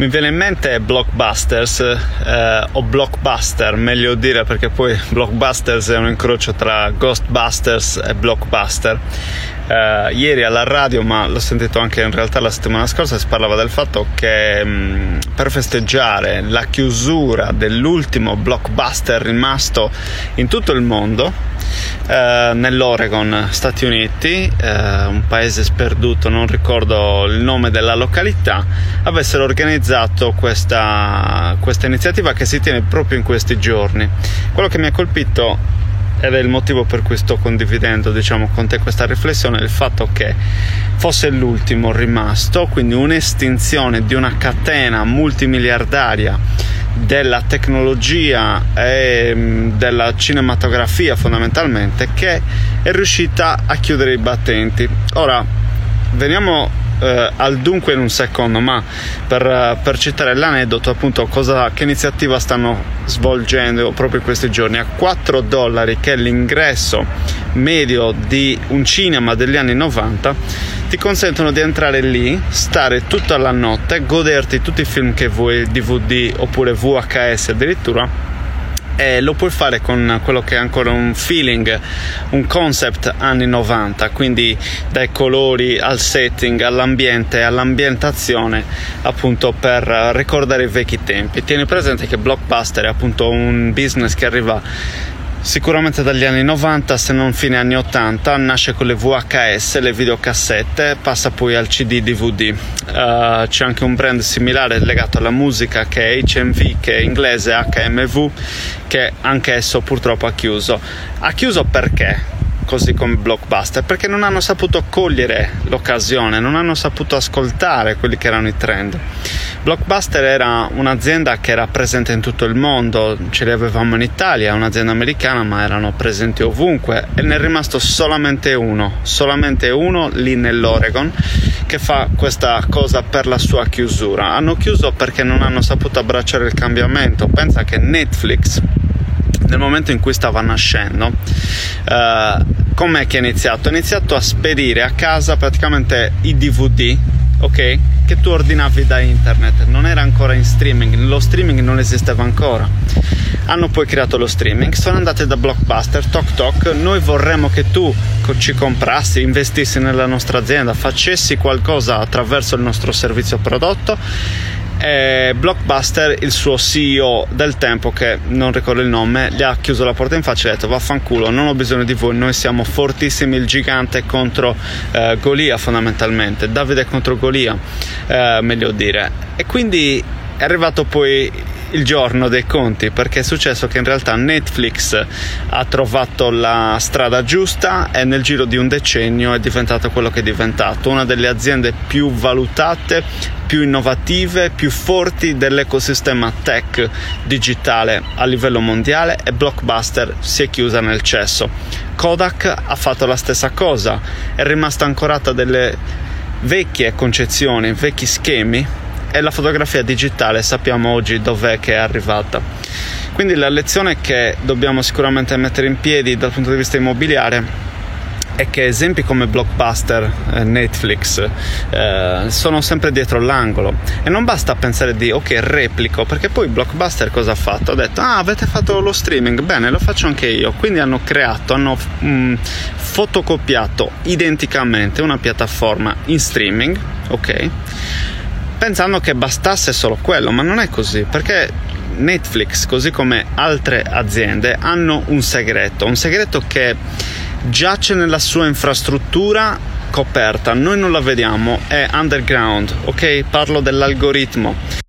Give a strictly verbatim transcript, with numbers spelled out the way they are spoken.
Mi viene in mente Blockbusters eh, o Blockbuster, meglio dire, perché poi Blockbusters è un incrocio tra Ghostbusters e Blockbuster. Eh, ieri alla radio, ma l'ho sentito anche in realtà la settimana scorsa, si parlava del fatto che mh, per festeggiare la chiusura dell'ultimo blockbuster rimasto in tutto il mondo, eh, nell'Oregon, Stati Uniti, eh, un paese sperduto, non ricordo il nome della località, avessero organizzato questa, questa iniziativa che si tiene proprio in questi giorni. Quello che mi ha colpito, ed è il motivo per cui sto condividendo, diciamo, con te questa riflessione, il fatto che fosse l'ultimo rimasto, quindi un'estinzione di una catena multimiliardaria della tecnologia e della cinematografia fondamentalmente, che è riuscita a chiudere i battenti. Ora veniamo Uh, al dunque in un secondo, ma per, per citare l'aneddoto, appunto, cosa, che iniziativa stanno svolgendo proprio in questi giorni. A quattro dollari, che è l'ingresso medio di un cinema degli anni novanta, ti consentono di entrare lì, stare tutta la notte, goderti tutti i film che vuoi, D V D oppure V H S addirittura, e lo puoi fare con quello che è ancora un feeling, un concept anni novanta, quindi dai colori al setting, all'ambiente, all'ambientazione, appunto per ricordare i vecchi tempi. Tieni presente che Blockbuster è appunto un business che arriva sicuramente dagli anni novanta, se non fine anni ottanta, nasce con le V H S, le videocassette, passa poi al C D, D V D. Uh, c'è anche un brand similare legato alla musica che è H M V, che è inglese, H M V, che anche esso purtroppo ha chiuso. Ha chiuso perché? Così come Blockbuster, perché non hanno saputo cogliere l'occasione, non hanno saputo ascoltare quelli che erano i trend. Blockbuster era un'azienda che era presente in tutto il mondo, ce li avevamo in Italia, un'azienda americana, ma erano presenti ovunque, e ne è rimasto solamente uno, solamente uno lì nell'Oregon, che fa questa cosa per la sua chiusura. Hanno chiuso perché non hanno saputo abbracciare il cambiamento. Pensa che Netflix, nel momento in cui stava nascendo, uh, com'è che è iniziato? Ha iniziato a spedire a casa praticamente i D V D, ok? Che tu ordinavi da internet, non era ancora in streaming, lo streaming non esisteva ancora. Hanno poi creato lo streaming, sono andati da Blockbuster, toc toc, noi vorremmo che tu ci comprassi, investissi nella nostra azienda, facessi qualcosa attraverso il nostro servizio prodotto. E Blockbuster, il suo C E O del tempo, che non ricordo il nome, gli ha chiuso la porta in faccia e ha detto: vaffanculo, non ho bisogno di voi, noi siamo fortissimi, il gigante contro eh, Golia, fondamentalmente Davide contro Golia, eh, meglio dire. E quindi è arrivato poi il giorno dei conti, perché è successo che in realtà Netflix ha trovato la strada giusta e nel giro di un decennio è diventato quello che è diventato, una delle aziende più valutate, più innovative, più forti dell'ecosistema tech digitale a livello mondiale, e Blockbuster si è chiusa nel cesso. Kodak ha fatto la stessa cosa, è rimasta ancorata a delle vecchie concezioni, vecchi schemi, e la fotografia digitale sappiamo oggi dov'è che è arrivata. Quindi la lezione che dobbiamo sicuramente mettere in piedi dal punto di vista immobiliare è che esempi come Blockbuster, eh, Netflix eh, sono sempre dietro l'angolo, e non basta pensare di ok, replico, perché poi Blockbuster cosa ha fatto? Ha detto: ah, avete fatto lo streaming, bene, lo faccio anche io. Quindi hanno creato, hanno mh, fotocopiato identicamente una piattaforma in streaming, ok, pensando che bastasse solo quello, ma non è così, perché Netflix, così come altre aziende, hanno un segreto, un segreto che giace nella sua infrastruttura coperta, noi non la vediamo, è underground, ok? Parlo dell'algoritmo.